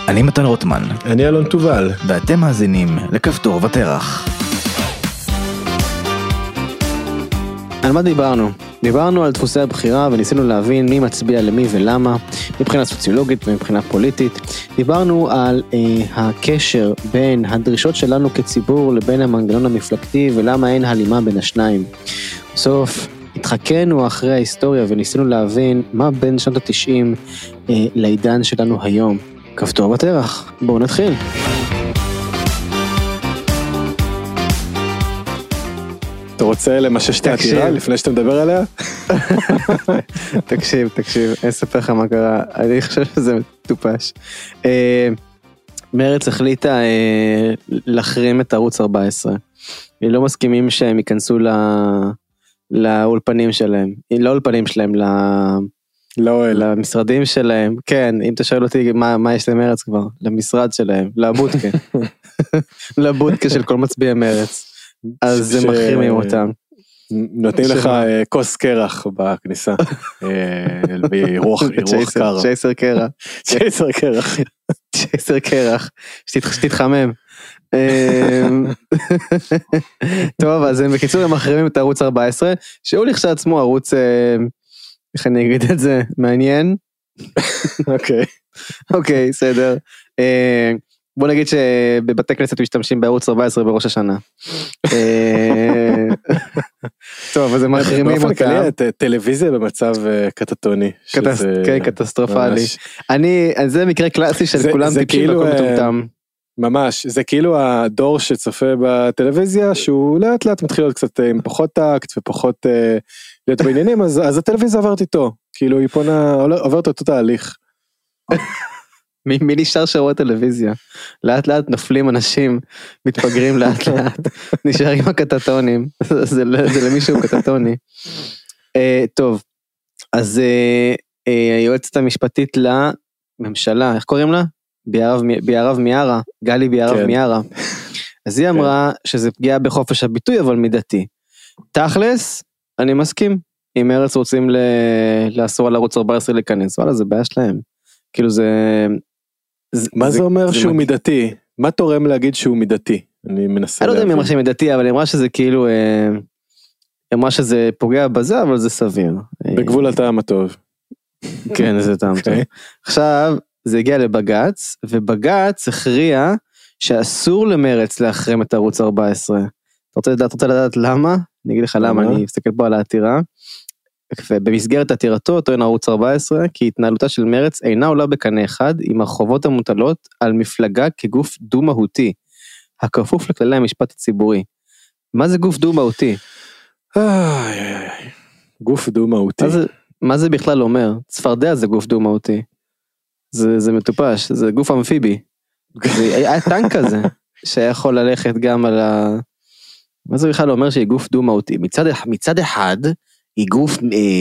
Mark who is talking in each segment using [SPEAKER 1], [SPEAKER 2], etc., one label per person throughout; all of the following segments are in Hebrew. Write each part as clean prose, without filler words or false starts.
[SPEAKER 1] אני מתן רוטמן.
[SPEAKER 2] אני אלון תובל.
[SPEAKER 1] ואתם מאזינים לכפתור ותרח.
[SPEAKER 3] על מה דיברנו? דיברנו על דפוסי הבחירה וניסינו להבין מי מצביע למי ולמה, מבחינה סוציולוגית ומבחינה פוליטית. דיברנו על הקשר בין הדרישות שלנו כציבור לבין המנגנון המפלגתי ולמה אין הלימה בין השניים. בסוף התחכנו אחרי ההיסטוריה וניסינו להבין מה בין שנות ה-90 לעידן שלנו היום. כפתור ותרח, בואו נתחיל.
[SPEAKER 2] אתה רוצה למשש את העתירה לפני שאתה מדבר עליה?
[SPEAKER 3] תקשיב, אני אספר לך מה קרה, אני חושב שזה מטופש. מרץ החליטה להחרים את ערוץ 14. הם לא מסכימים שהם ייכנסו לאולפנים שלהם, לא אולפנים שלהם, למשרדים שלהם. כן, אם אתה שואל אותי מה יש למרץ כבר, למשרד שלהם, לבודקה. לבודקה של כל מצביעי מרץ. אז הם מחרימים אותם.
[SPEAKER 2] נותנים לך כוס קרח בכניסה. ברוח קר.
[SPEAKER 3] צ'ייסר קרח. שתתחמם. טוב, אז בקיצור הם מחרימים את ערוץ 14, שהוא לכשעצמו ערוץ, איך אני אגיד את זה, מעניין. אוקיי, בסדר. בוא נגיד שבבתי כנסת משתמשים בערוץ 14 בראש השנה. טוב, אז הם מחרימים אותם.
[SPEAKER 2] טלוויזיה במצב קטטוני.
[SPEAKER 3] כן, קטסטרופלי. זה מקרה קלאסי של כולם טיפשים בכל מטומטם.
[SPEAKER 2] ממש, זה כאילו הדור שצופה בטלוויזיה, שהוא לאט לאט מתחיל להיות קצת עם פחות טקט ופחות להיות בעניינים, אז הטלוויזיה עוברת איתו. כאילו היא פונה, עוברת אותו תהליך.
[SPEAKER 3] מי נשאר שרואה טלוויזיה? לאט לאט נופלים אנשים, מתפגרים לאט לאט, נשארים הקטטונים, זה למישהו קטטוני. טוב, אז היועצת המשפטית לממשלה, איך קוראים לה? ביערב מיארה, גלי ביערב מיארה. אז היא אמרה שזה פגיעה בחופש הביטוי, אבל מידתי. תכלס, אני מסכים. אם ארץ רוצים לאסור על ערוץ 14 להיכנס, וואלה, זה בעיה שלהם. כאילו זה...
[SPEAKER 2] מה זה אומר שהוא מידתי? מה תורם להגיד שהוא מידתי? אני מנסה
[SPEAKER 3] להבין. אני לא יודע אם היא אמרה שזה מידתי, אבל היא אמרה שזה כאילו... היא אמרה שזה פוגע בזה, אבל זה סביר.
[SPEAKER 2] בגבול הטעם הטוב.
[SPEAKER 3] כן, זה טעם טוב. עכשיו, זה הגיע לבגץ, ובגץ הכריע שאסור למרץ להחרים את ערוץ 14. אתה רוצה לדעת למה? אני אגיד לך למה, אני אסתכל פה על העתירה. ובמסגרת עתירתו טוען ערוץ 14 כי התנהלותה של מרץ אינה עולה בקנה אחד עם החובות המוטלות על מפלגה כגוף דו-מהותי, הכפוף לכללי המשפט הציבורי. מה זה גוף דו-מהותי?
[SPEAKER 2] גוף דו-מהותי.
[SPEAKER 3] מה זה בכלל אומר? צפרדע זה גוף דו-מהותי. זה מטופש, זה גוף אמפיבי. היה טנק כזה שיכול ללכת גם על ה... מה זה בכלל אומר שהיא גוף דו-מהותי? מצד אחד... היא גוף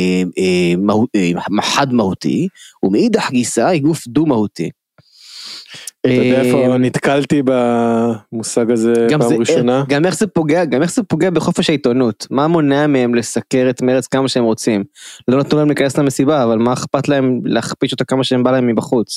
[SPEAKER 3] חד מהותי, ומאידך גיסא היא גוף דו מהותי.
[SPEAKER 2] אתה יודע איפה נתקלתי במושג הזה פעם ראשונה?
[SPEAKER 3] גם איך זה פוגע בחופש העיתונות, מה מונע מהם לסקר את מרץ כמה שהם רוצים, לא נתנו להם להיכנס למסיבה, אבל מה אכפת להם להכפיש אותה כמה שהם בא להם מבחוץ?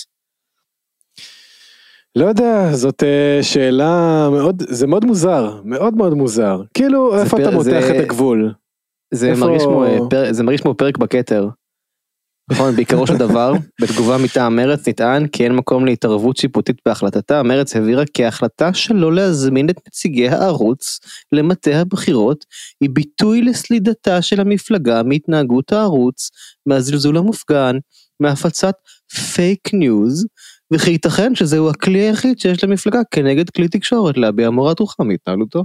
[SPEAKER 2] לא יודע, זאת שאלה מאוד, זה מאוד מוזר, מאוד מאוד מוזר, כאילו איפה אתה מותח את הגבול?
[SPEAKER 3] זה מרגיש כמו פרק בכתר. נכון, בעיקרו של דבר, בתגובה מטעם מרץ נטען כי אין מקום להתערבות שיפוטית בהחלטתה. מרץ הבהירה כי ההחלטה שלא להזמין את נציגי הערוץ למטה הבחירות היא ביטוי לסלידתה של המפלגה מהתנהגות הערוץ, מהזלזול המופגן, מהפצת פייק ניוז, וכי ייתכן שזהו הכלי היחיד שיש למפלגה כנגד כלי תקשורת להביע מורת רוחה מהתנהלותו.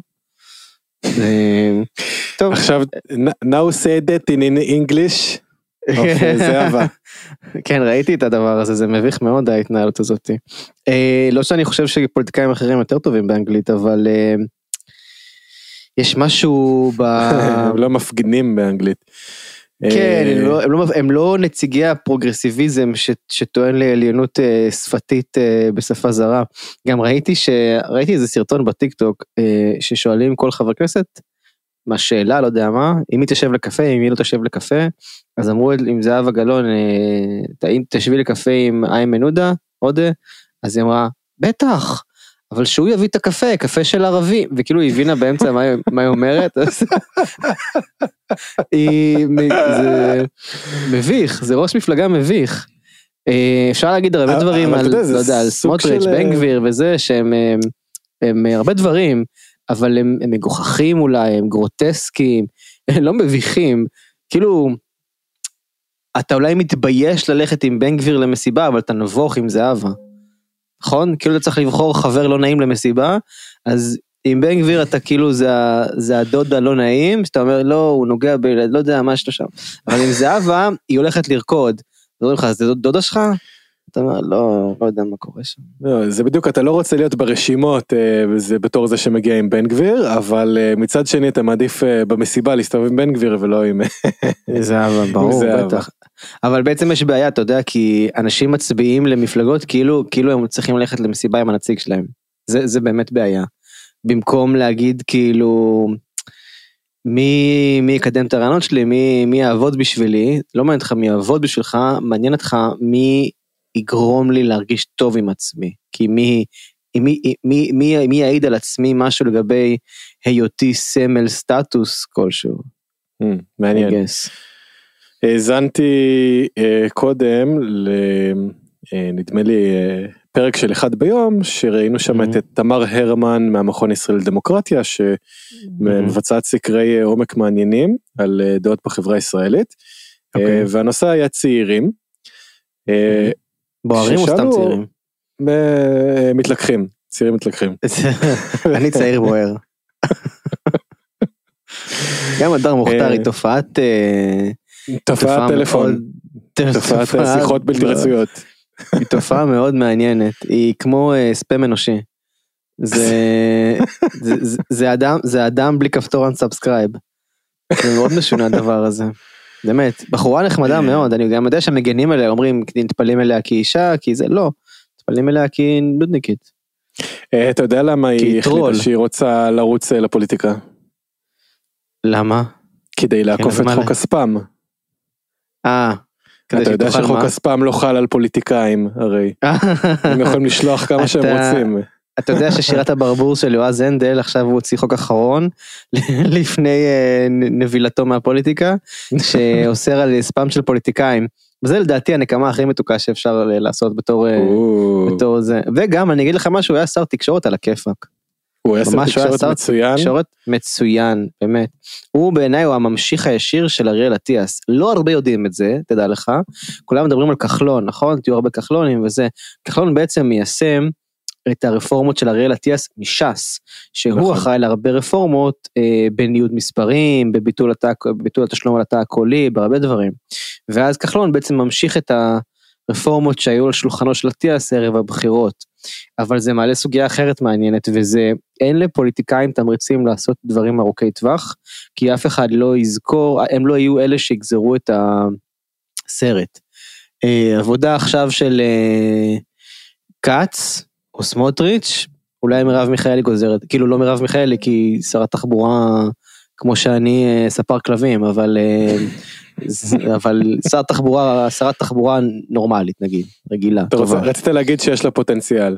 [SPEAKER 2] טוב. עכשיו, now say that in English, זה אהבה.
[SPEAKER 3] כן, ראיתי את הדבר הזה, זה מביך מאוד ההתנהלות הזאת. לא שאני חושב שפוליטיקאים אחרים יותר טובים באנגלית, אבל יש משהו
[SPEAKER 2] הם לא מפגינים באנגלית.
[SPEAKER 3] כן, הם לא נציגי הפרוגרסיביזם שטוען לעליונות שפתית בשפה זרה. גם ראיתי איזה סרטון בטיקטוק ששואלים כל חבר כנסת, מה שאלה, לא יודע מה, אם היא תשב לקפה, אם היא לא תשב לקפה, אז אמרו אם זהבה גלאון, אם תשבי לקפה עם איימן עודה, אז היא אמרה, בטח, אבל שהוא יביא את הקפה, קפה של ערבי, וכאילו היא הבינה באמצע מה היא אומרת, זה מביך, זה ראש מפלגה מביך. אפשר להגיד הרבה דברים על, לא יודע, על סמוטריץ', בן גביר וזה, שהם הרבה דברים, אבל הם מגוחכים אולי, הם גרוטסקים, הם לא מביכים, כאילו, אתה אולי מתבייש ללכת עם בן גביר למסיבה, אבל אתה נבוך עם זהבה, נכון? כאילו אתה צריך לבחור חבר לא נעים למסיבה, אז עם בן גביר אתה כאילו זה הדוד הלא נעים, שאתה אומר לא, הוא נוגע בילד, לא יודע מה שאתה שם, אבל עם זהבה היא הולכת לרקוד, ואומרים לך, זה דודה שלך? אתה אומר, לא יודע מה קורה שם.
[SPEAKER 2] לא, זה בדיוק, אתה לא רוצה להיות ברשימות, זה בתור זה שמגיע עם בן גביר, אבל מצד שני אתה מעדיף במסיבה להסתובב עם בן גביר ולא עם
[SPEAKER 3] זהבה, ברור, בטח. אבל בעצם יש בעיה, אתה יודע, כי אנשים מצביעים למפלגות, כאילו הם צריכים ללכת למסיבה עם הנציג שלהם. זה באמת בעיה. במקום להגיד כאילו, מי יקדם את הרעיונות שלי, מי יעבוד בשבילי, לא מעניין אותך מי יעבוד בשבילך, מעניין אותך מי יגרום לי להרגיש טוב עם עצמי, כי מי יעיד על עצמי משהו לגבי היותי סמל סטטוס כלשהו.
[SPEAKER 2] מעניין. האזנתי קודם, נדמה לי פרק של אחד ביום, שראינו שם את תמר הרמן מהמכון ישראל לדמוקרטיה, שמבצעת סקרי עומק מעניינים על דעות בחברה הישראלית, והנושא היה צעירים.
[SPEAKER 3] בוערים או סתם צעירים?
[SPEAKER 2] מתלקחים, צעירים מתלקחים.
[SPEAKER 3] אני צעיר בוער. גם אדר מוכתר היא תופעת
[SPEAKER 2] טלפון, תופעת שיחות בלתי רצויות.
[SPEAKER 3] היא תופעה מאוד מעניינת, היא כמו ספם אנושי. זה אדם בלי כפתור unsubscribe. זה מאוד משונה הדבר הזה. באמת, בחורה נחמדה מאוד, אני גם יודע שהמגנים עליה אומרים, נטפלים אליה כאישה, כי זה לא, נטפלים אליה כי נודניקית.
[SPEAKER 2] אתה יודע למה היא החליטה שהיא רוצה לרוץ לפוליטיקה?
[SPEAKER 3] למה?
[SPEAKER 2] כדי לעקוף את חוק הספאם. אתה יודע שחוק הספאם לא חל על פוליטיקאים, הרי. הם יכולים לשלוח כמה שהם רוצים.
[SPEAKER 3] אתה יודע ששירת הברבור של יועז הנדל, עכשיו הוא הוציא חוק אחרון, לפני נבילתו מהפוליטיקה, שאוסר על ספאם של פוליטיקאים. וזה לדעתי הנקמה הכי מתוקה שאפשר לעשות בתור זה. וגם אני אגיד לך משהו, הוא היה שר תקשורת על הכיפק.
[SPEAKER 2] הוא היה שר תקשורת מצוין.
[SPEAKER 3] תקשורת מצוין, באמת. הוא בעיניי הוא הממשיך הישיר של אריאל אטיאס. לא הרבה יודעים את זה, תדע לך. כולם מדברים על כחלון, נכון? תהיו הרבה כחלונים וזה. כחלון בעצם מיישם את הרפורמות של אריאל אטיאס מש"ס, שהוא אחראי להרבה רפורמות, בניוד מספרים, בביטול התשלום על התא הקולי, בהרבה דברים. ואז כחלון בעצם ממשיך את הרפורמות שהיו על שולחנו של אטיאס ערב הבחירות. אבל זה מעלה סוגיה אחרת מעניינת, וזה אין לפוליטיקאים תמריצים לעשות דברים ארוכי טווח, כי אף אחד לא יזכור, הם לא יהיו אלה שיגזרו את הסרט. עבודה עכשיו של קאץ, או סמוטריץ', אולי מרב מיכאלי גוזרת, כאילו לא מרב מיכאלי, כי שרת תחבורה, כמו שאני ספר כלבים, אבל שרת תחבורה נורמלית, נגיד, רגילה.
[SPEAKER 2] רצית להגיד שיש לה פוטנציאל.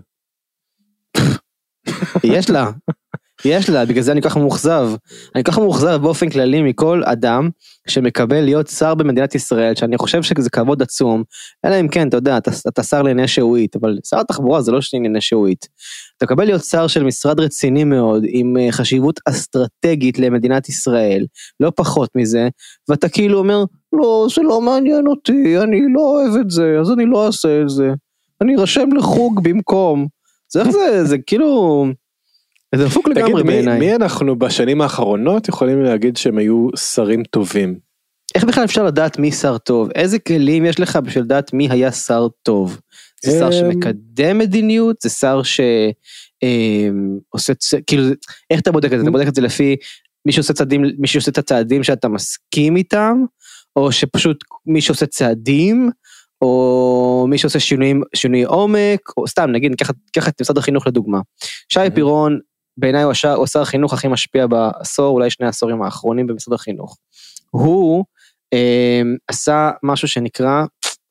[SPEAKER 3] יש לה, בגלל זה אני ככה מאוכזב. אני ככה מאוכזב באופן כללי מכל אדם שמקבל להיות שר במדינת ישראל, שאני חושב שזה כבוד עצום, אלא אם כן, אתה יודע, אתה שר לענייני שהועית, אבל שר התחבורה זה לא לענייני שהועית. אתה מקבל להיות שר של משרד רציני מאוד, עם חשיבות אסטרטגית למדינת ישראל, לא פחות מזה, ואתה כאילו אומר, לא, זה לא מעניין אותי, אני לא אוהב את זה, אז אני לא אעשה את זה. אני ארשם לחוג במקום. זה כאילו... זה דפוק לגמרי בעיניי.
[SPEAKER 2] מי אנחנו בשנים האחרונות יכולים להגיד שהם היו שרים טובים?
[SPEAKER 3] איך בכלל אפשר לדעת מי שר טוב? איזה כלים יש לך בשביל לדעת מי היה שר טוב? זה שר שמקדם מדיניות? זה שר שעושה, כאילו, איך אתה בודק את זה? אתה בודק את זה לפי מי שעושה את הצעדים שאתה מסכים איתם, או שפשוט מי שעושה צעדים, או מי שעושה שינוי עומק, או סתם, נגיד, ניקח את משרד החינוך לדוגמה. שי פירון, בעיניי הוא שר החינוך הכי משפיע בעשור, אולי 2 העשורים האחרונים במשרד החינוך. הוא עשה משהו שנקרא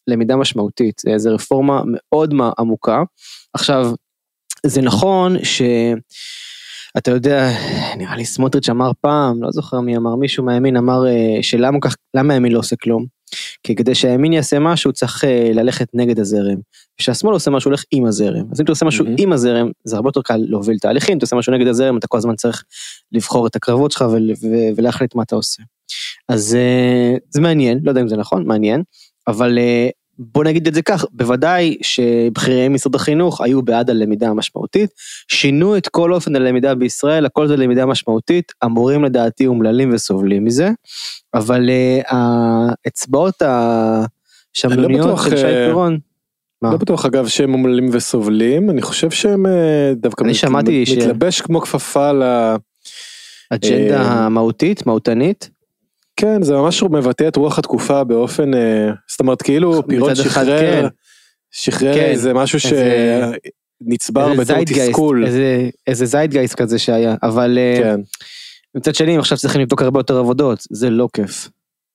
[SPEAKER 3] למידה משמעותית, זה רפורמה מאוד עמוקה. עכשיו, זה נכון אתה יודע, נראה לי סמוטריץ' אמר פעם, לא זוכר מי אמר, מישהו מהימין אמר למה הימין לא עושה כלום? כי כדי שהימין יעשה משהו, צריך ללכת נגד הזרם. כשהשמאל עושה משהו, הולך עם הזרם. אז אם אתה עושה משהו עם הזרם, זה הרבה יותר קל להוביל תהליכים, אתה עושה משהו נגד הזרם, אתה כל הזמן צריך לבחור את הקרבות שלך, ולהחליט מה אתה עושה. אז זה מעניין, לא יודע אם זה נכון, מעניין, אבל בוא נגיד את זה כך, בוודאי שבחירי משרד החינוך היו בעד הלמידה המשמעותית, שינו את כל אופן הלמידה בישראל, הכל זה למידה משמעותית, המורים לדעתי אומללים וסובלים מזה, אבל האצבעות השמרניות של שי פירון,
[SPEAKER 2] לא בטוח אגב שהם אומללים וסובלים, אני חושב שהם דווקא מתלבש כמו כפפה
[SPEAKER 3] לאג'נדה המהותית, מהותנית,
[SPEAKER 2] כן, זה ממש מבטא את רוח התקופה באופן, זאת אומרת, כאילו פירון שחרר איזה משהו שנצבר בתור תסכול.
[SPEAKER 3] איזה זיידגייסט כזה שהיה, אבל מצד שני, עכשיו צריכים לבדוק הרבה יותר עבודות, זה לא כיף.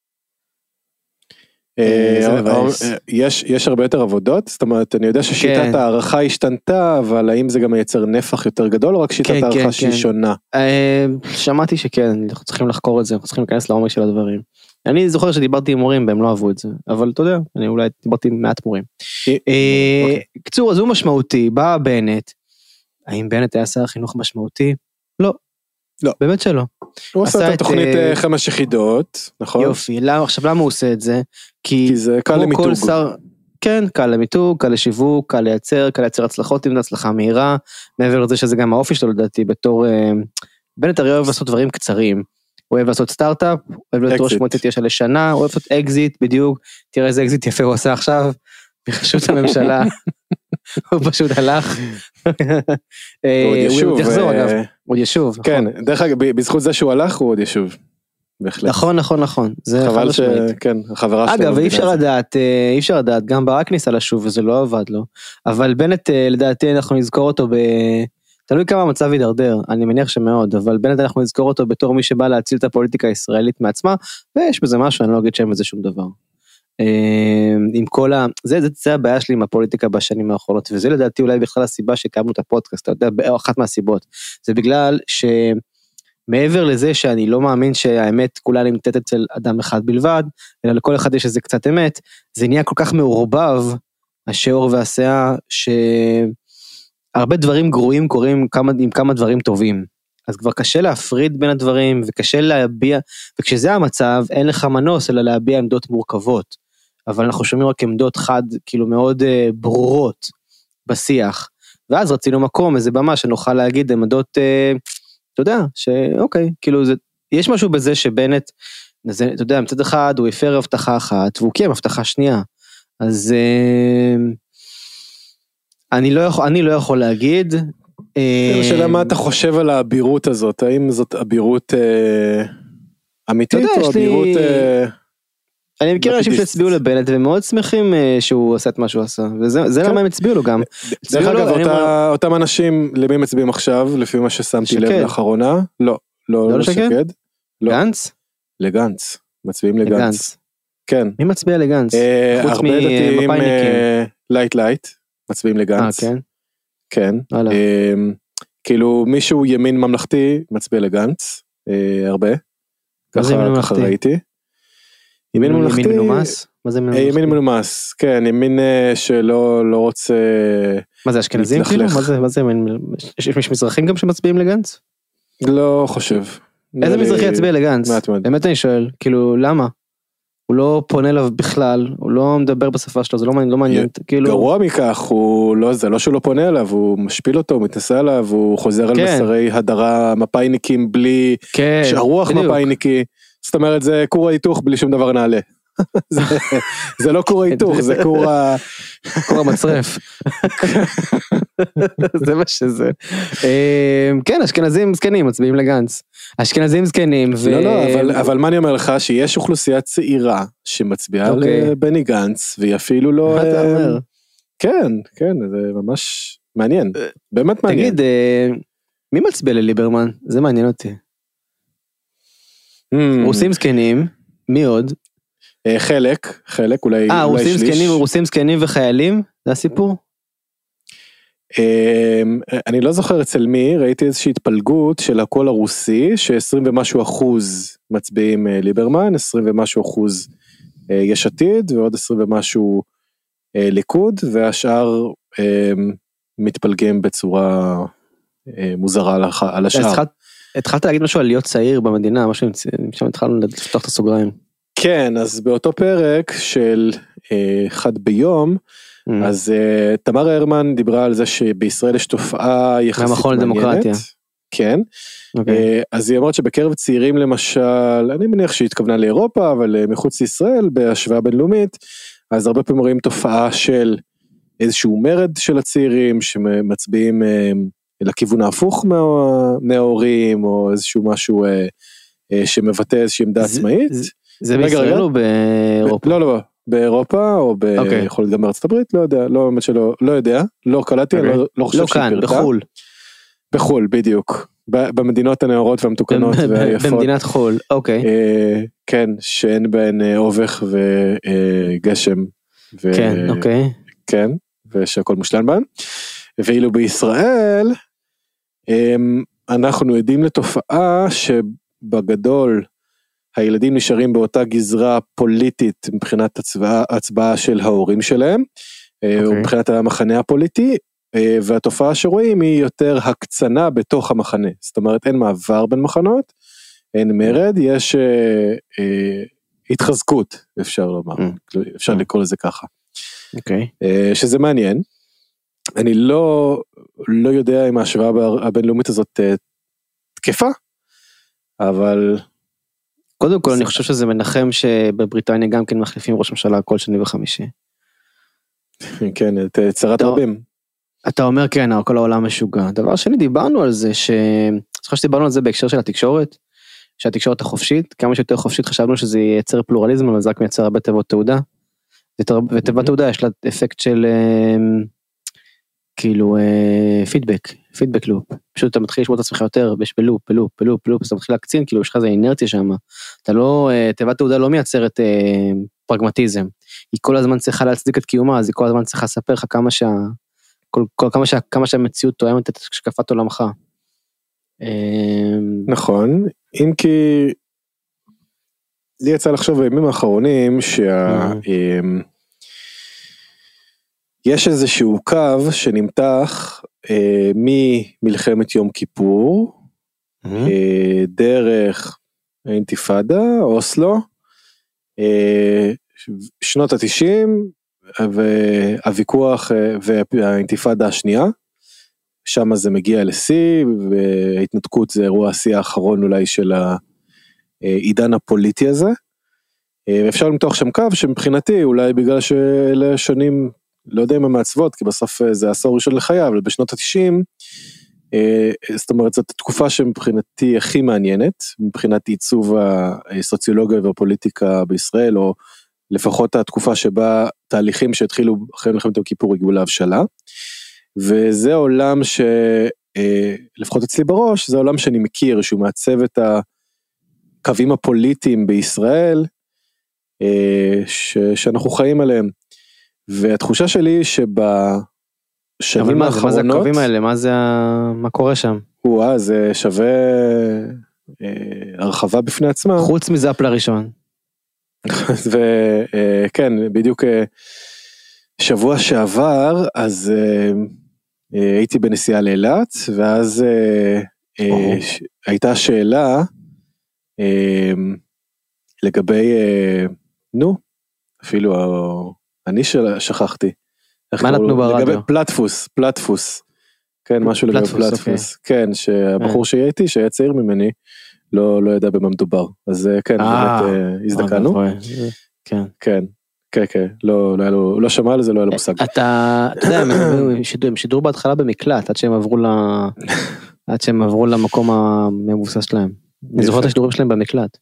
[SPEAKER 2] יש הרבה יותר עבודות, זאת אומרת, אני יודע ששיטת הערכה השתנתה, אבל האם זה גם מייצר נפח יותר גדול, או רק שיטת הערכה שהיא שונה?
[SPEAKER 3] שמעתי שכן, אנחנו צריכים לחקור את זה, אנחנו צריכים להיכנס לעומק של הדברים. אני זוכר שדיברתי עם מורים, והם לא אהבו את זה, אבל אתה יודע, אני אולי דיברתי עם מעט מורים. קצור, אז הוא משמעותי, בא בנט, האם בנט היה שר חינוך משמעותי? לא.
[SPEAKER 2] לא.
[SPEAKER 3] באמת שלא.
[SPEAKER 2] הוא עשה את התוכנית 5 יחידות, נכון?
[SPEAKER 3] יופי, עכשיו למה הוא עושה את זה?
[SPEAKER 2] כי זה קל למיתוג.
[SPEAKER 3] כן, קל למיתוג, קל לשיווק, קל לייצר הצלחות, אם זה הצלחה מהירה, מעבר לזה שזה גם האופי שלו לדעתי, בתור, בנט הרי אוהב לעשות דברים קצרים, הוא אוהב לעשות סטארט-אפ, הוא אוהב להיות ראש מועצת יש"ע לשנה, הוא אוהב לעשות אקזיט, בדיוק, תראה איזה אקזיט יפה הוא עושה עכשיו, בחשות הממשלה, הוא פשוט הלך, הוא עוד יחזור אגב, הוא עוד ישוב.
[SPEAKER 2] כן, דרך אגב, בזכות זה שהוא הלך, הוא עוד ישוב.
[SPEAKER 3] נכון.
[SPEAKER 2] חבל שכן, החברה שלנו.
[SPEAKER 3] אגב, אי אפשר לדעת, גם ברק ניסה לשוב וזה לא עבד לו, אבל בנט לדעתי אנחנו נזכור אותו תלוי כמה המצב יידרדר, אני מניח שמאוד, אבל בנט אנחנו נזכור אותו בתור מי שבא להציל את הפוליטיקה הישראלית מעצמה, ויש בזה משהו, אני לא אגיד שאין בזה שום דבר. עם כל זה הבעיה שלי עם הפוליטיקה בשנים האחרונות, וזה לדעתי אולי בכלל הסיבה שקיימנו את הפודקאסט, אתה יודע, אחת מהסיבות, זה בגלל מעבר לזה שאני לא מאמין שהאמת כולה נמצאת אצל אדם אחד בלבד, אלא לכל אחד יש איזה קצת אמת, זה נהיה כל כך מעורבב, השעור והשיער, שהרבה דברים גרועים קורים עם כמה דברים טובים, אז כבר קשה להפריד בין הדברים, וקשה להביע, וכשזה המצב, אין לך מנוס, אלא להביע עמדות מורכבות, אבל אנחנו שומעים רק עמדות חד, כאילו מאוד ברורות בשיח, ואז רצינו מקום, איזה במה שנוכל להגיד עמדות, אתה יודע, שאוקיי, כאילו יש משהו בזה שבנט, אתה יודע, מצד אחד הוא הפר הבטחה אחת, והוא קיים הבטחה שנייה, אז אני לא יכול להגיד.
[SPEAKER 2] השאלה מה אתה חושב על האבירות הזאת, האם זאת אבירות אמיתית או אבירות...
[SPEAKER 3] אני מכיר אנשים שהצביעו לבנט והם מאוד שמחים שהוא עשה את מה שהוא עשה, וזה למה הם הצביעו לו גם.
[SPEAKER 2] דרך אגב, אותם אנשים למי מצביעים עכשיו, לפי מה ששמתי לב לאחרונה? לא לשקד.
[SPEAKER 3] גנץ?
[SPEAKER 2] לגנץ, מצביעים לגנץ. כן.
[SPEAKER 3] מי מצביע לגנץ?
[SPEAKER 2] הרבה דתיים לייט, מצביעים לגנץ. כן. כאילו מישהו ימין ממלכתי מצביע לגנץ, הרבה. ככה ראיתי. ימין ממלכתי, ימין מנומס? מה זה ימין מנומס, כן, ימין שלא רוצה...
[SPEAKER 3] מה זה, אשכנזים כאילו? מה זה, יש מזרחים גם שמצביעים לגנץ?
[SPEAKER 2] לא חושב.
[SPEAKER 3] איזה מזרחי יצביע לגנץ? באמת אני שואל, כאילו, למה? הוא לא פונה אליו בכלל, הוא לא מדבר בשפה שלו, זה לא מעניין, כאילו...
[SPEAKER 2] גרוע מכך, זה לא שהוא לא פונה אליו, הוא משפיל אותו, הוא מתנסה עליו, הוא חוזר על מסרי הדרה מפאיניקים בלי... שהרוח מפאיניקי, זאת אומרת, זה קור ההיתוך בלי שום דבר נעלה. זה לא קור ההיתוך, זה קור
[SPEAKER 3] המצרף. זה מה שזה. כן, אשכנזים זקנים מצביעים לגנץ. אשכנזים זקנים.
[SPEAKER 2] אבל מה אני אומר לך? שיש אוכלוסייה צעירה שמצביעה לבני גנץ, והיא אפילו לא...
[SPEAKER 3] מה אתה אומר?
[SPEAKER 2] כן, זה ממש מעניין. באמת מעניין.
[SPEAKER 3] תגיד, מי מצביע לליברמן? זה מעניין אותי. רוסים זקנים, מי עוד?
[SPEAKER 2] חלק, אולי שליש.
[SPEAKER 3] רוסים זקנים וחיילים, זה הסיפור?
[SPEAKER 2] אני לא זוכר אצל מי, ראיתי איזושהי התפלגות של הקול הרוסי, ש20 ומשהו אחוז מצביעים ליברמן, 20 ומשהו אחוז יש עתיד, ועוד 20 ומשהו ליכוד, והשאר מתפלגים בצורה מוזרה על השאר.
[SPEAKER 3] התחלת להגיד משהו על להיות צעיר במדינה, משהו שם התחלנו לפתוח את הסוגריים.
[SPEAKER 2] כן, אז באותו פרק של אחד ביום, אז תמר הרמן דיברה על זה שבישראל יש תופעה יחסית מעניינת. כן, אז היא אמרת שבקרב צעירים למשל, אני מניח שהיא התכוונה לאירופה, אבל מחוץ לישראל, בהשוואה בינלאומית, אז הרבה פעמים רואים תופעה של איזשהו מרד של הצעירים, שמצביעים לכיוון ההפוך מההורים, או איזשהו משהו שמבטא איזושהי עמדה עצמאית.
[SPEAKER 3] זה בישראל או באירופה?
[SPEAKER 2] לא, באירופה, או יכול להיות גם בארצות הברית, לא יודע, לא באמת שלא, לא יודע, לא קלטתי, לא חושב שהיא פרטה.
[SPEAKER 3] לא כאן, בחול.
[SPEAKER 2] בחול, בדיוק. במדינות הנאורות והמתוקנות והיפות.
[SPEAKER 3] במדינת חול, אוקיי.
[SPEAKER 2] כן, שאין בהן אובך וגשם.
[SPEAKER 3] כן, אוקיי.
[SPEAKER 2] כן, ושהכל מושלם בהן. ואילו בישראל, אנחנו עדים לתופעה שבגדול, הילדים נשארים באותה גזרה פוליטית מבחינת הצבעה של ההורים שלהם, ומבחינת המחנה הפוליטי, והתופעה שרואים היא יותר הקצנה בתוך המחנה, זאת אומרת אין מעבר בין מחנות, אין מרד, יש התחזקות, אפשר לומר, אפשר לקרוא לזה ככה, שזה מעניין, אני לא יודע אם ההשוואה הבינלאומית הזאת תקפה, אבל...
[SPEAKER 3] קודם כל אני חושב שזה מנחם שבבריטניה גם כן מחליפים ראש ממשלה כל שני וחמישי.
[SPEAKER 2] כן, את צרת רבים.
[SPEAKER 3] אתה אומר כן, כל העולם משוגע. דבר שני, דיברנו על זה, שדיברנו על זה בהקשר של התקשורת, שהתקשורת החופשית, כמה שיותר חופשית חשבנו שזה ייצר פלורליזם, אבל זה רק מייצר הרבה תיבות תעודה, ותיבת תעודה יש לה אפקט של כאילו פידבק לופ, פשוט אתה מתחיל לשמוע את עצמך יותר, ויש בלופ, אז אתה מתחיל להקצין, כאילו יש לך איזה אינרציה שם, אתה לא, תיבת תעודה לא מייצרת פרגמטיזם, היא כל הזמן צריכה להצדיק את קיומה, אז היא כל הזמן צריכה לספר לך כמה שהמציאות תואמת את השקפת עולמך.
[SPEAKER 2] נכון, אם כי לי יצא לחשוב בימים האחרונים יש איזשהו קו שנמתח ממלחמת יום כיפור, דרך האינתיפאדה, אוסלו, שנות ה-90, והוויכוח והאינתיפאדה השנייה, שם זה מגיע לשיא, וההתנתקות זה אירוע השיא האחרון אולי של העידן הפוליטי הזה, ואפשר למתוח שם קו שמבחינתי אולי בגלל שאלה שנים, לא יודע אם הן מעצבות, כי בסוף זה עשור ראשון לחייו, אבל בשנות ה-90, זאת אומרת, זאת התקופה שמבחינתי הכי מעניינת, מבחינת עיצוב הסוציולוגיה והפוליטיקה בישראל, או לפחות התקופה שבה תהליכים שהתחילו אחרי מלחמת יום כיפור הגיעו להבשלה, וזה עולם שלפחות אצלי בראש, זה עולם שאני מכיר, שהוא מעצב את הקווים הפוליטיים בישראל, שאנחנו חיים עליהם, והתחושה שלי היא שבשנים האחרונות...
[SPEAKER 3] מה זה הקווים האלה? מה קורה שם?
[SPEAKER 2] זה שווה הרחבה בפני עצמה.
[SPEAKER 3] חוץ מזאפל הראשון.
[SPEAKER 2] וכן, בדיוק שבוע שעבר, אז הייתי בנסיעה לאילת, ואז הייתה שאלה לגבי, אפילו אני שכחתי.
[SPEAKER 3] מה נתנו ברדיו?
[SPEAKER 2] לגבי פלטפוס. כן, משהו לגבי פלטפוס. כן, שהבחור שהייתי, שהיה צעיר ממני, לא ידע במה מדובר. אז כן, באמת הזדקנו. כן. לא שמע על זה, לא היה לו מושג.
[SPEAKER 3] אתה יודע, הם שידרו בהתחלה במקלט, עד שהם עברו למקום המבוסס שלהם. אני זוכר את השידורים שלהם במקלט.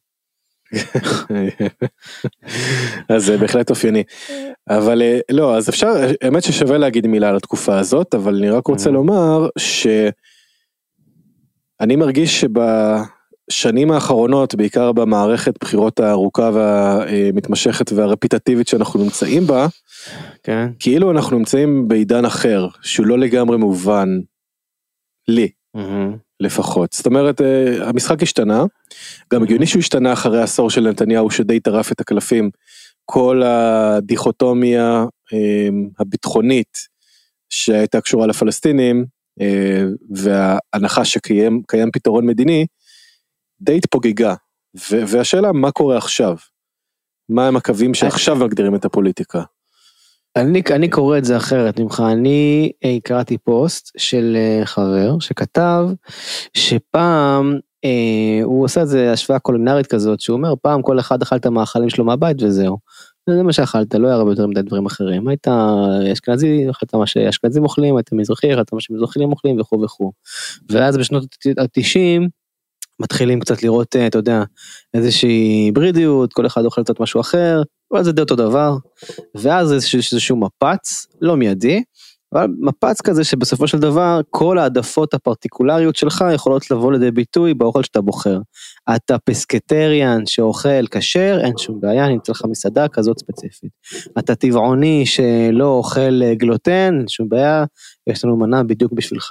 [SPEAKER 2] אז זה בהחלט אופייני, אבל לא, אז אפשר, האמת ששווה להגיד מילה על התקופה הזאת, אבל אני רק רוצה לומר שאני מרגיש בשנים האחרונות, בעיקר במערכת בחירות הארוכה והמתמשכת והרפיטטיבית שאנחנו נמצאים בה,
[SPEAKER 3] כן.
[SPEAKER 2] כאילו אנחנו נמצאים בעידן אחר, שהוא לא לגמרי מובן לי, לפחות. זאת אומרת, המשחק השתנה, גם הגיוני שהוא השתנה אחרי העשור של נתניהו, שדי טרף את הקלפים, כל הדיכוטומיה הביטחונית, שהייתה קשורה לפלסטינים, וההנחה שקיים פתרון מדיני, די התפוגגה, והשאלה מה קורה עכשיו? מה הם הקווים שעכשיו מגדירים את הפוליטיקה?
[SPEAKER 3] אני קורא את זה אחרת ממך, אני קראתי פוסט של חבר שכתב שפעם הוא עושה את זה השוואה קולינרית כזאת, שהוא אומר פעם כל אחד אכל את המאכלים שלו מהבית וזהו, זה מה שאכלת, לא היה הרבה יותר מדי דברים אחרים, היית אשכנזי, אכלת מה שאשכנזים אוכלים, היית מזרחי, אכלת מה שמזרחים אוכלים וכו' וכו', ואז בשנות ה-90 מתחילים קצת לראות, אתה יודע, איזושהי ברידיות, כל אחד אוכל קצת משהו אחר, אבל זה די אותו דבר, ואז איזשהו מפץ, לא מיידי, אבל מפץ כזה שבסופו של דבר, כל העדפות הפרטיקולריות שלך יכולות לבוא לידי ביטוי באוכל שאתה בוחר. אתה פסקטריאן שאוכל כשר, אין שום בעיה, נמצא לך מסעדה כזאת ספציפית. אתה טבעוני שלא אוכל גלוטן, אין שום בעיה, יש לנו מנה בדיוק בשבילך.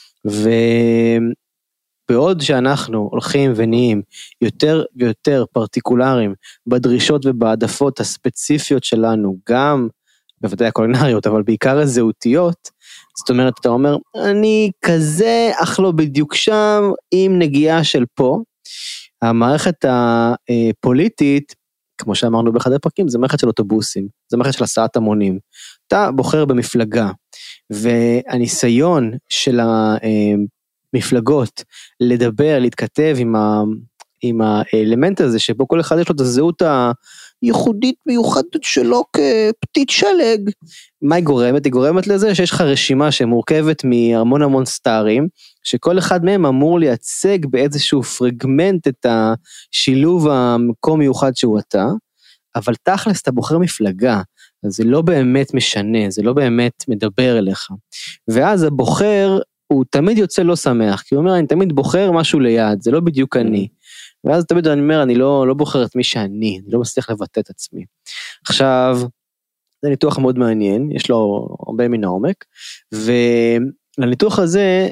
[SPEAKER 3] בעוד שאנחנו הולכים ונהיים יותר ויותר פרטיקולריים בדרישות ובעדפות הספציפיות שלנו, גם בוודאי הקולינריות, אבל בעיקר הזהותיות, זאת אומרת, אתה אומר, אני כזה, אך לא בדיוק שם, עם נגיעה של פה, המערכת הפוליטית, כמו שאמרנו באחד הפרקים, זה מערכת של אוטובוסים, זה מערכת של הסעת המונים, אתה בוחר במפלגה, והניסיון של מפלגות, לדבר, להתכתב עם האלמנט הזה, שבו כל אחד יש לו את הזהות הייחודית מיוחדת שלו כפתית שלג. מה היא גורמת? היא גורמת לזה שיש לך רשימה שמורכבת מהמון המון סטארים, שכל אחד מהם אמור לייצג באיזשהו פרגמנט את השילוב המקום מיוחד שהוא אתה, אבל תכלס אתה בוחר מפלגה, אז זה לא באמת משנה, זה לא באמת מדבר אליך. ואז הבוחר הוא תמיד יוצא לא שמח, כי הוא אומר, אני תמיד בוחר משהו ליד, זה לא בדיוק אני. ואז תמיד אני אומר, אני לא בוחר את מי שאני לא מצליח לבטא את עצמי. עכשיו, זה ניתוח מאוד מעניין, יש לו הרבה מן העומק, ולניתוח הזה,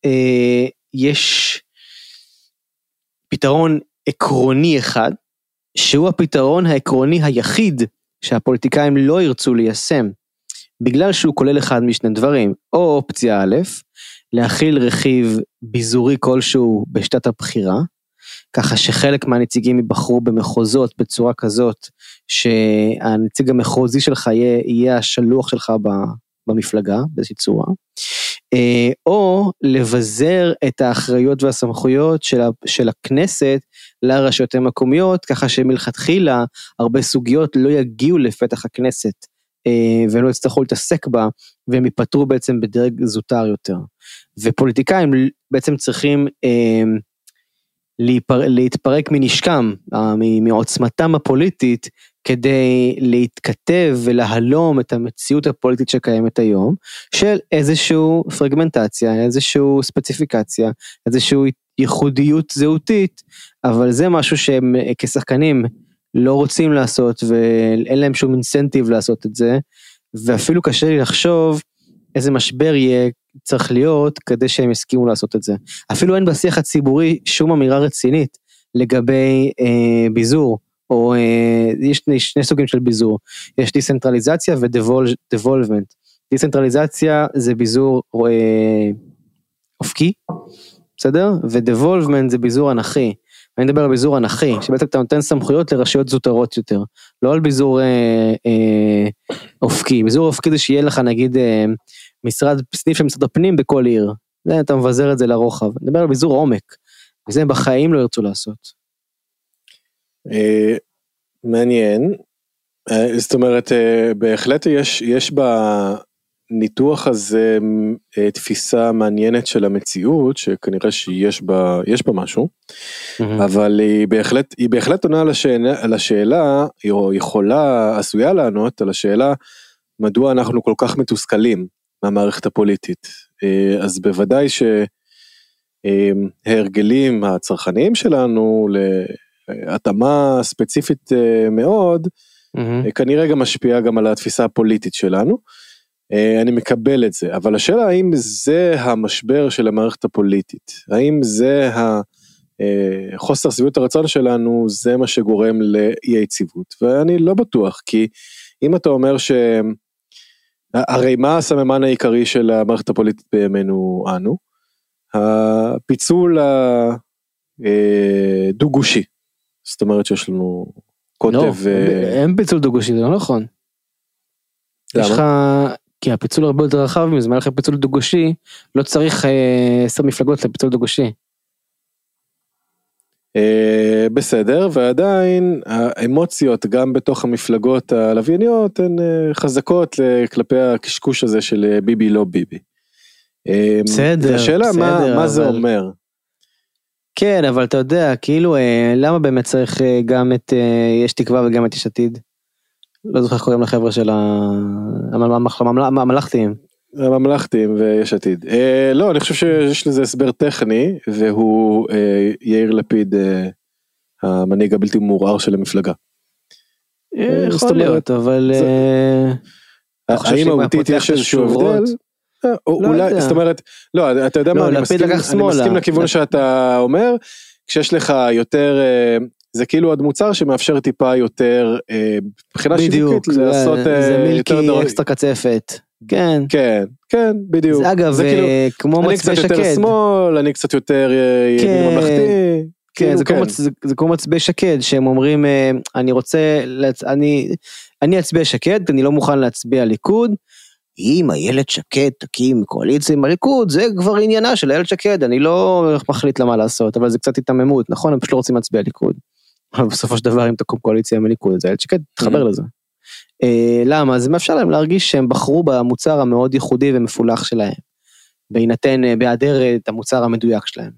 [SPEAKER 3] יש פתרון עקרוני אחד, שהוא הפתרון העקרוני היחיד, שהפוליטיקאים לא ירצו ליישם, בגלל שהוא כולל אחד משני דברים, או אופציה א', להכיל רכיב ביזורי כלשהו בשתת הבחירה, ככה שחלק מהנציגים ייבחרו במחוזות בצורה כזאת, שהנציג המחוזי שלך יהיה השלוח שלך במפלגה, באיזושהי צורה, או לבזר את האחריות והסמכויות של הכנסת לרשויות המקומיות, ככה שמלכתחילה הרבה סוגיות לא יגיעו לפתח הכנסת, ולא יצטרכו להתעסק בה, והם ייפטרו בעצם בדרג זוטר יותר. ופוליטיקאים בעצם צריכים להתפרק מנשקם, מעוצמתם הפוליטית, כדי להתכתב ולהלום את המציאות הפוליטית שקיימת היום, של איזשהו פרגמנטציה, איזשהו ספציפיקציה, איזשהו ייחודיות זהותית, אבל זה משהו שהם כשחקנים לא רוצים לעשות, ואין להם שום אינסנטיב לעשות את זה, ואפילו קשה לי לחשוב איזה משבר יהיה צריך להיות, כדי שהם יסכימו לעשות את זה. אפילו אין בשיח הציבורי שום אמירה רצינית, לגבי ביזור, או יש שני סוגים של ביזור, יש דיסנטרליזציה ודבולבמנט. דיסנטרליזציה זה ביזור אופקי, בסדר? ודבולבמנט זה ביזור אנכי. אני מדבר על ביזור אנכי, שבעצם אתה נותן סמכויות לרשויות זוטרות יותר, לא על ביזור אופקי. ביזור אופקי זה שיהיה לך נגיד סניף של משרד הפנים בכל עיר, זה אתה מבזר את זה לרוחב. אני מדבר על ביזור עומק, וזה בחיים לא ירצו לעשות.
[SPEAKER 2] מעניין, זאת אומרת, בהחלט יש בניתוח הזה תפיסה מעניינת של המציאות, שכנראה שיש בה משהו, אבל היא בהחלט עונה על השאלה, או עשויה לענות על השאלה, מדוע אנחנו כל כך מתוסכלים מהמערכת הפוליטית. אז בוודאי להרגלים הצרכניים שלנו, להתאמה ספציפית מאוד, כנראה גם משפיעה גם על התפיסה הפוליטית שלנו, אני מקבל את זה, אבל השאלה האם זה המשבר של המערכת הפוליטית, האם זה חוסר שביעות הרצון שלנו, זה מה שגורם לאי היציבות, ואני לא בטוח, כי אם אתה אומר הרי מה הסממן העיקרי של המערכת הפוליטית בימינו אנו? הפיצול הדו-גושי, זאת אומרת שיש לנו קוטב...
[SPEAKER 3] אין פיצול דו-גושי, זה לא נכון.
[SPEAKER 2] למה?
[SPEAKER 3] יש לך, כי הפיצול הרבה יותר רחב מזמן לך פיצול דו-גושי, לא צריך 10 מפלגות לפיצול דו-גושי.
[SPEAKER 2] בסדר, ועדיין האמוציות גם בתוך המפלגות הלווייניות הן חזקות כלפי הקשקוש הזה של ביבי לא ביבי.
[SPEAKER 3] בסדר,
[SPEAKER 2] השאלה
[SPEAKER 3] בסדר,
[SPEAKER 2] מה זה אומר?
[SPEAKER 3] כן, אבל אתה יודע, כאילו, למה באמת צריך גם את יש תקווה וגם את יש עתיד? לא זוכר איך קוראים לחבר'ה של הממלכתיים.
[SPEAKER 2] הממלכתיים ויש עתיד. לא, אני חושב שיש לזה הסבר טכני, והוא יאיר לפיד, המנהיג הבלתי מעורער של המפלגה.
[SPEAKER 3] יכול להיות, אבל...
[SPEAKER 2] האם מהותית יש איזשהו הבדל? אולי, זאת אומרת, לא, אתה יודע מה, אני מסכים לכיוון שאתה אומר, כשיש לך יותר, זה כאילו עוד מוצר שמאפשר טיפה יותר, מבחינה שיווקית, לעשות
[SPEAKER 3] זה מילקי אקסטרה קצפת. כן.
[SPEAKER 2] כן, כן, בדיוק.
[SPEAKER 3] זה אגב, כמו מצבי שקד.
[SPEAKER 2] אני קצת יותר שמאל, אני קצת יותר ימין ממלכתי.
[SPEAKER 3] כן, זה כמו מצבי שקד, שהם אומרים, אני אצביע שקד, אני לא מוכן להצביע ליכוד, אם הילד שקד תקים קואליציה עם הליכוד, זה כבר עניינה של הילד שקד, אני לא מחליט למה לעשות, אבל זה קצת התאממות, נכון? הם פשוט לא רוצים להצביע ליכוד. אבל בסופו של דבר, אם תקום קואליציה עם הליכוד, זה הילד שקד, תחבר לזה. למה? זה מאפשר להם להרגיש שהם בחרו במוצר המאוד ייחודי ומפולח שלהם, בהינתן בהיעדר את המוצר המדויק שלהם.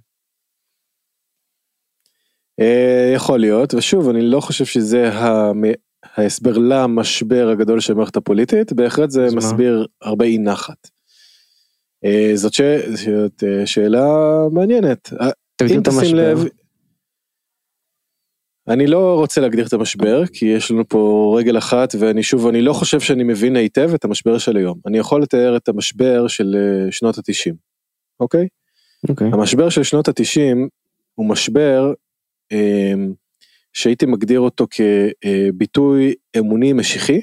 [SPEAKER 2] יכול להיות, ושוב, אני לא חושב שזה ההסבר למשבר הגדול של המערכת הפוליטית, בהחלט זה מסביר הרבה אי נחת. זאת שאלה מעניינת. אם תשים לב, אני לא רוצה להגדיר את המשבר, כי יש לנו פה רגל אחת, ואני לא חושב שאני מבין היטב את המשבר של היום. אני יכול לתאר את המשבר של שנות ה-90, אוקיי? המשבר של שנות ה-90 הוא משבר שהייתי מגדיר אותו כביטוי אמוני משיחי,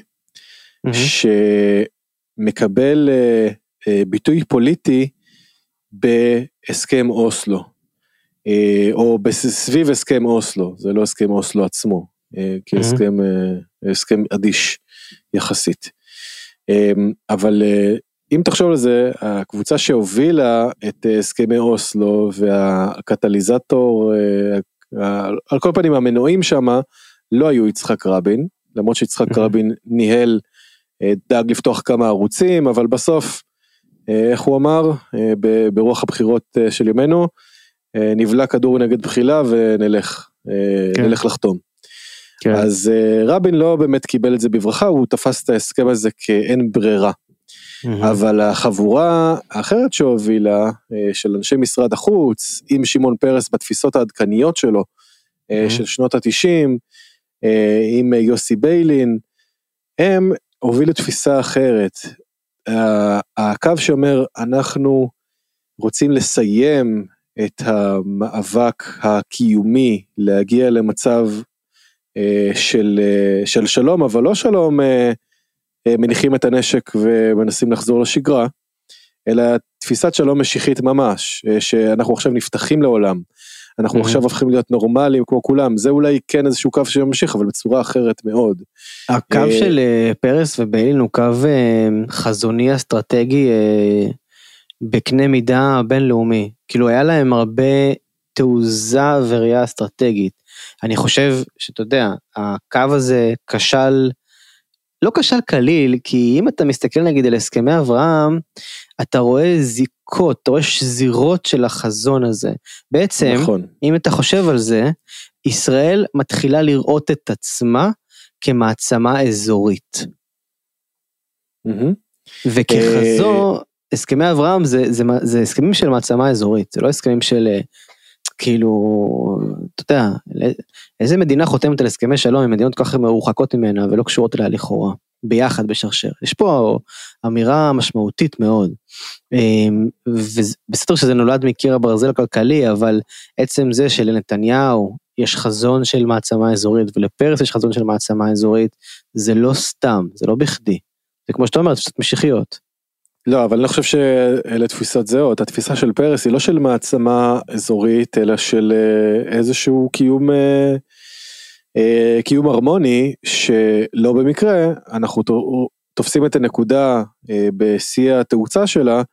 [SPEAKER 2] שמקבל ביטוי פוליטי בהסכם אוסלו, או סביב הסכם אוסלו, זה לא הסכם אוסלו עצמו, כי הסכם אדיש יחסית. אבל אם תחשוב על זה, הקבוצה שהובילה את הסכמי אוסלו, והקטליזטור, על כל פנים המנועים שם, לא היו יצחק רבין, למרות שיצחק רבין ניהל, דאג לפתוח כמה ערוצים, אבל בסוף, איך הוא אמר, ברוח הבחירות של ימינו, נבלע כדור נגד בחילה ונלך לחתום. אז רבין לא באמת קיבל את זה בברכה, הוא תפס את ההסכם הזה כאין ברירה. אבל החבורה האחרת שהובילה, של אנשי משרד החוץ, עם שמעון פרס בתפיסות העדכניות שלו, של שנות ה-90, עם יוסי ביילין, הם הובילו תפיסה אחרת. הקו שאומר, אנחנו רוצים לסיים את המאבק הקיומי, להגיע למצב של שלום, אבל לא שלום מניחים את הנשק ומנסים לחזור לשגרה, אלא תפיסת שלום משיחית ממש, שאנחנו עכשיו נפתחים לעולם, אנחנו עכשיו הופכים להיות נורמליים כמו כולם, זה אולי כן איזשהו קו שממשיך, אבל בצורה אחרת מאוד.
[SPEAKER 3] הקו של פרס וביילין הוא קו חזוני אסטרטגי בקנה מידה בינלאומי, כאילו היה להם הרבה תעוזה וראייה אסטרטגית, אני חושב שאתה יודע, הקו הזה כשל, לא כשל כליל, כי אם אתה מסתכל נגיד על הסכמי אברהם, אתה רואה זיקות, אתה רואה שזירות של החזון הזה. בעצם, נכון. אם אתה חושב על זה, ישראל מתחילה לראות את עצמה כמעצמה אזורית. וככזו, הסכמי אברהם זה הסכמים של מעצמה אזורית, זה לא הסכמים של כאילו, אתה יודע, איזה מדינה חותמת על הסכמי שלום, עם מדינות כל כך מרוחקות ממנה, ולא קשורות אליה לכאורה, ביחד בשרשר. יש פה אמירה משמעותית מאוד, ובסדר שזה נולד מקיר הברזל הכלכלי, אבל עצם זה שלנתניהו יש חזון של מעצמה אזורית, ולפרס יש חזון של מעצמה אזורית, זה לא סתם, זה לא בכדי. זה כמו שאתה אומר, זה קצת משיחיות.
[SPEAKER 2] לא, אבל אני חושב שאלה תפיסות זהות, התפיסה של פרס היא לא של מעצמה אזורית, אלא של איזשהו קיום הרמוני, שלא במקרה, אנחנו תופסים את הנקודה בשיא התאוצה שלה,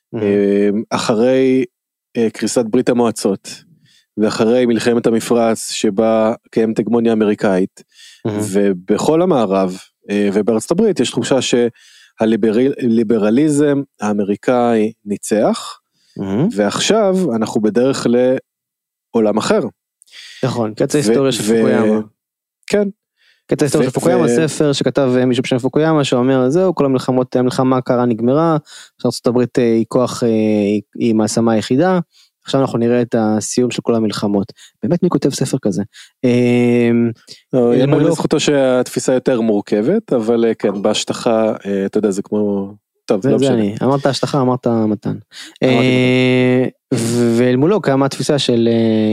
[SPEAKER 2] אחרי קריסת ברית המועצות, ואחרי מלחמת המפרץ, שבה קיימת הגמוניה אמריקאית, ובכל המערב, ובארצות הברית, יש תחושה הליברליזם האמריקאי ניצח, ועכשיו אנחנו בדרך לעולם אחר.
[SPEAKER 3] נכון, קצה היסטוריה של פוקויאמה.
[SPEAKER 2] כן. קטע
[SPEAKER 3] היסטוריה של פוקויאמה, ספר שכתב מישהו בשם פוקויאמה, שאומר, זהו, כל המלחמה קרה נגמרה, ארצות הברית היא כוח, היא מעצמה היחידה, עכשיו אנחנו נראה את הסיום של כל המלחמות. באמת מי כותב ספר כזה?
[SPEAKER 2] יאמר לזכותו שהתפיסה יותר מורכבת, אבל כן, בהשטחה, אתה יודע, זה כמו... טוב, לא משנה.
[SPEAKER 3] אמרת השטחה, אמרת מתן. ואל מולו קיימה התפיסה של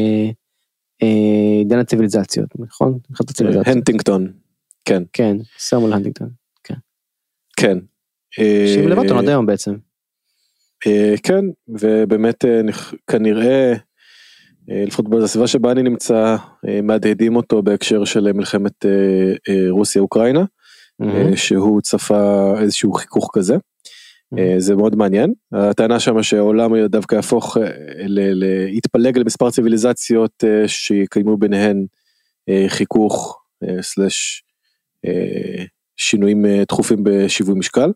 [SPEAKER 3] עידן הציביליזציות, נכון?
[SPEAKER 2] הנטינגטון, כן.
[SPEAKER 3] כן, סמואל הנטינגטון, כן.
[SPEAKER 2] כן.
[SPEAKER 3] שהיא מלמדנו עד היום בעצם.
[SPEAKER 2] כן, ובאמת כנראה, לפחות בסביבה שבה אני נמצא, מהדהדים אותו בהקשר של מלחמת רוסיה-אוקראינה, שהוא צפה איזשהו חיכוך כזה, זה מאוד מעניין, הטענה שם שהעולם דווקא יהפוך להתפלג למספר ציביליזציות שיקיימו ביניהן חיכוך סלש שינויים דחופים בשיווי משקל,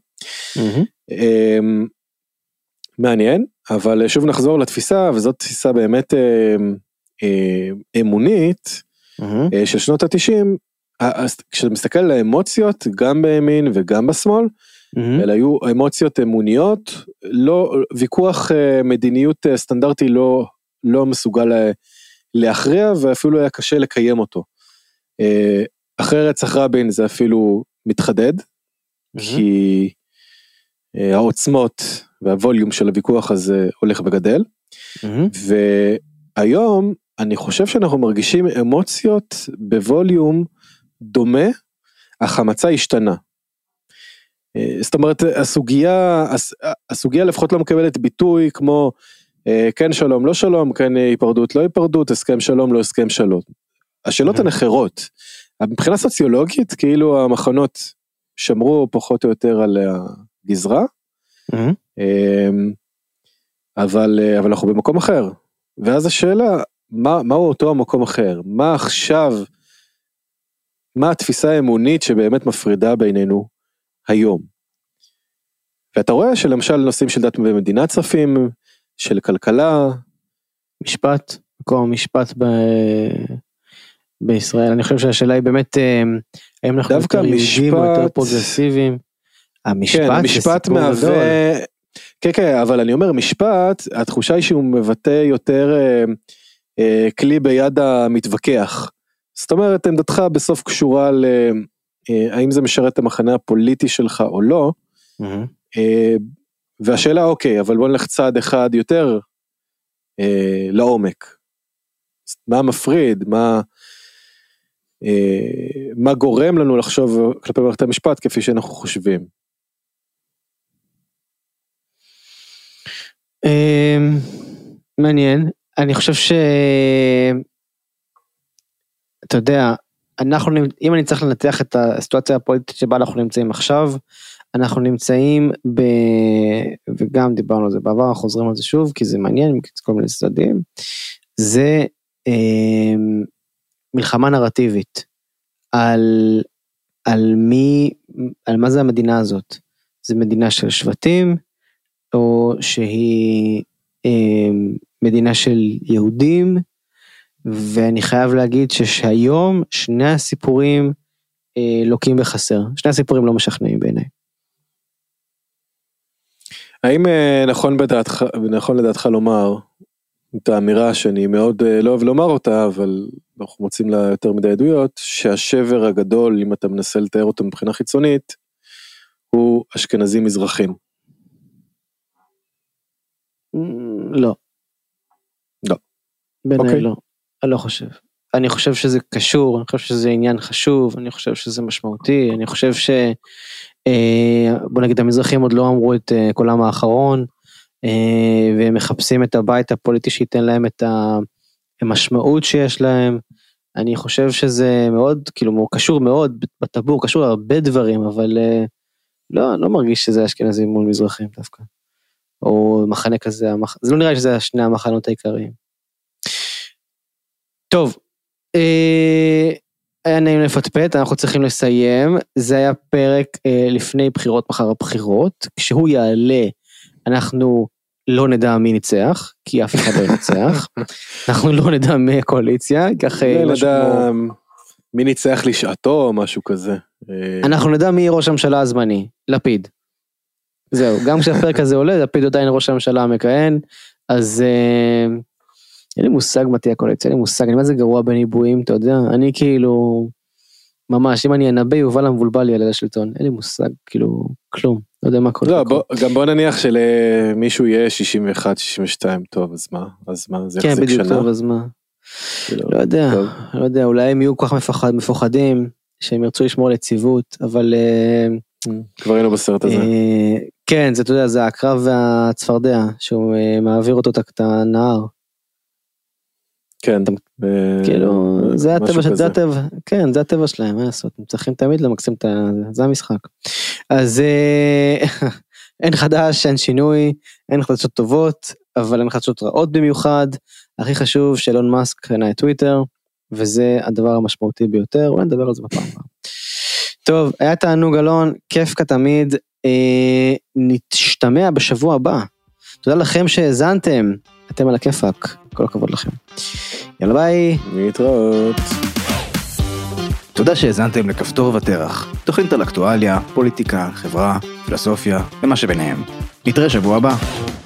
[SPEAKER 2] מעניין, אבל שוב נחזור לתפיסה, וזאת תפיסה באמת אמונית של שנות ה-90, כשאתה מסתכל על האמוציות, גם בימין וגם בשמאל, אלה היו אמוציות אמוניות, לא, ויכוח מדיניות סטנדרטי לא מסוגל להכריע, ואפילו היה קשה לקיים אותו. אחרי רצח רבין זה אפילו מתחדד, כי העוצמות והווליום של הוויכוח הזה הולך וגדל, והיום אני חושב שאנחנו מרגישים אמוציות בווליום דומה, אך המצע השתנה. זאת אומרת, הסוגיה לפחות לא מקבלת ביטוי כמו כן שלום, לא שלום, כן היפרדות, לא היפרדות, הסכם שלום, לא הסכם שלום. השאלות הן אחרות. מבחינה סוציולוגית, כאילו המחנות שמרו פחות או יותר על הגזרה, אבל אנחנו במקום אחר. ואז השאלה, מהו אותו המקום אחר? מה עכשיו, מה התפיסה האמונית שבאמת מפרידה בינינו היום? ואתה רואה שלמשל נושאים של דת ומדינה צפים, של כלכלה,
[SPEAKER 3] משפט, מקום משפט בישראל, אני חושב שהשאלה היא באמת, האם אנחנו יותר יהודים או יותר פרוגרסיביים?
[SPEAKER 2] המשפט מהווה, כן, אבל אני אומר, משפט, התחושה היא שהוא מבטא יותר כלי ביד המתווכח. זאת אומרת, עמדתך בסוף קשורה האם זה משרת את המחנה הפוליטי שלך או לא, והשאלה אוקיי, אבל בוא נלך צעד אחד יותר לעומק. מה מפריד, מה גורם לנו לחשוב כלפי מערכת המשפט כפי שאנחנו חושבים?
[SPEAKER 3] מעניין, אני חושב אתה יודע, אם אני צריך לנתח את הסיטואציה הפוליטית שבה אנחנו נמצאים עכשיו, אנחנו נמצאים וגם דיברנו על זה בעבר, אנחנו חוזרים על זה שוב, כי זה מעניין, כל מיני צדדים, זה מלחמה נרטיבית, על מה זה המדינה הזאת, זה מדינה של שבטים, או שהיא מדינה של יהודים, ואני חייב להגיד שהיום שני הסיפורים לוקים בחסר, שני הסיפורים לא משכנעים בעיניי.
[SPEAKER 2] האם נכון לדעתך לומר את האמירה שאני מאוד לא אוהב לומר אותה, אבל אנחנו מוצאים לה יותר מדי עדויות, שהשבר הגדול, אם אתה מנסה לתאר אותו מבחינה חיצונית, הוא אשכנזים מזרחים?
[SPEAKER 3] לא.
[SPEAKER 2] לא.
[SPEAKER 3] בעיניי לא. אני לא חושב. אני חושב שזה קשור, אני חושב שזה עניין חשוב, אני חושב שזה משמעותי, אני חושב בוא נגיד המזרחים עוד לא אמרו את קולם האחרון, והם מחפשים את הבית הפוליטי שייתן להם את המשמעות שיש להם. אני חושב שזה מאוד, כאילו קשור מאוד בטבור, קשור להרבה דברים, אבל לא מרגיש שזה אשכנזים מול מזרחים דווקא, או מחנה כזה, זה לא נראה שזה שני המחנות העיקריים. טוב, היה נעים לפטפט, אנחנו צריכים לסיים, זה היה פרק לפני בחירות, מחר הבחירות, כשהוא יעלה, אנחנו לא נדע מי ניצח, כי אף אחד לא ינצח, אנחנו לא נדע מי הקואליציה, כך
[SPEAKER 2] לא נדע מי ניצח לשעתו או משהו כזה.
[SPEAKER 3] אנחנו נדע מי ראש הממשלה הזמני, לפיד. זהו, גם כשהפרק הזה עולה, לפיד עדיין ראש הממשלה המכהן, אז אין לי מושג מה תהיה הקואליציה, אין לי מושג, אני מה זה גרוע בניבויים, אתה יודע, אני כאילו, ממש, אם אני אנבא, יובל המבולבל יעלה לשלטון, אין לי מושג, כאילו, כלום, לא יודע מה קורה.
[SPEAKER 2] לא, גם בוא נניח שלמישהו יהיה 61, 62, טוב, אז מה, זה יחזיק שנה?
[SPEAKER 3] כן, בדיוק, טוב, אז מה? לא יודע, אולי הם יהיו כל כך מפוחדים, שהם ירצו לשמור על יציבות, אבל
[SPEAKER 2] כבר היינו בסרט הזה.
[SPEAKER 3] כן, זה, אתה יודע, זה הקרב והצפרדע, שהוא מעביר אותו את הנהר.
[SPEAKER 2] כן.
[SPEAKER 3] כאילו, זה הטבע, כן, זה הטבע שלהם, מה לעשות, הם צריכים תמיד למקסם את זה המשחק. אז אין חדש, אין שינוי, אין חדשות טובות, אבל אין חדשות רעות במיוחד, הכי חשוב שאילון מאסק קנה את טוויטר, וזה הדבר המשמעותי ביותר, אולי נדבר על זה בפעם הבאה. טוב, היה תענוג אלון, כיף כתמיד, נשתמע בשבוע הבא. תודה לכם שהאזנתם, אתם על הכיפק, כל הכבוד לכם. יאללה ביי.
[SPEAKER 2] להתראות.
[SPEAKER 1] תודה שהאזנתם לכפתור ותרח, תוכנית על אקטואליה, פוליטיקה, חברה, פילוסופיה ומה שביניהם. נתראה שבוע הבא.